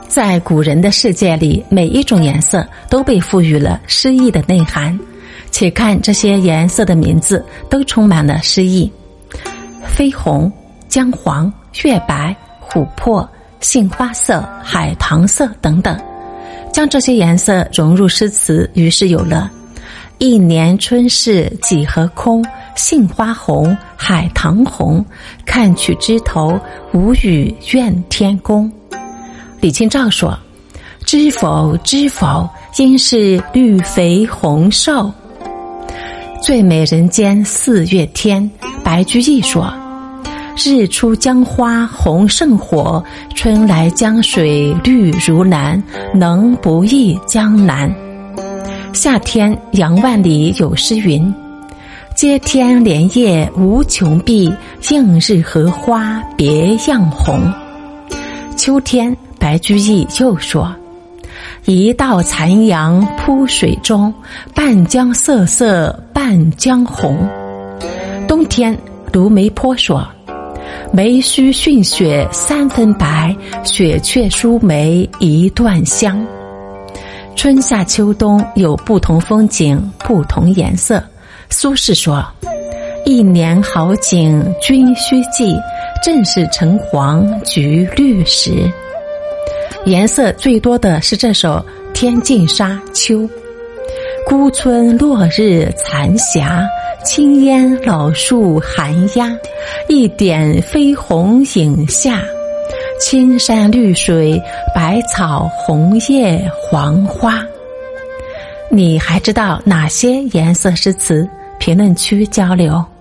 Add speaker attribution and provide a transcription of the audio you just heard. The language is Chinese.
Speaker 1: 在古人的世界里，每一种颜色都被赋予了诗意的内涵。且看这些颜色的名字，都充满了诗意：绯红、姜黄、月白、琥珀、杏花色、海棠色等等。将这些颜色融入诗词，于是有了一年春事几何空，杏花红，海棠红，看取枝头，无语怨天公。李清照说：知否知否，应是绿肥红瘦。最美人间四月天。白居易说：日出江花红胜火，春来江水绿如蓝，能不忆江南。夏天杨万里有诗云：接天莲叶无穷碧，映日荷花别样红。秋天白居易又说：一道残阳铺水中，半江瑟瑟半江红。冬天卢梅坡说：梅须逊雪三分白，雪却输梅一段香。春夏秋冬有不同风景，不同颜色。苏轼说：一年好景君须记，正是橙黄橘绿时。颜色最多的是这首《天净沙·秋》。孤村落日残霞，青烟老树寒鸦，一点飞红影下，青山绿水，百草红叶黄花。你还知道哪些颜色诗词？评论区交流。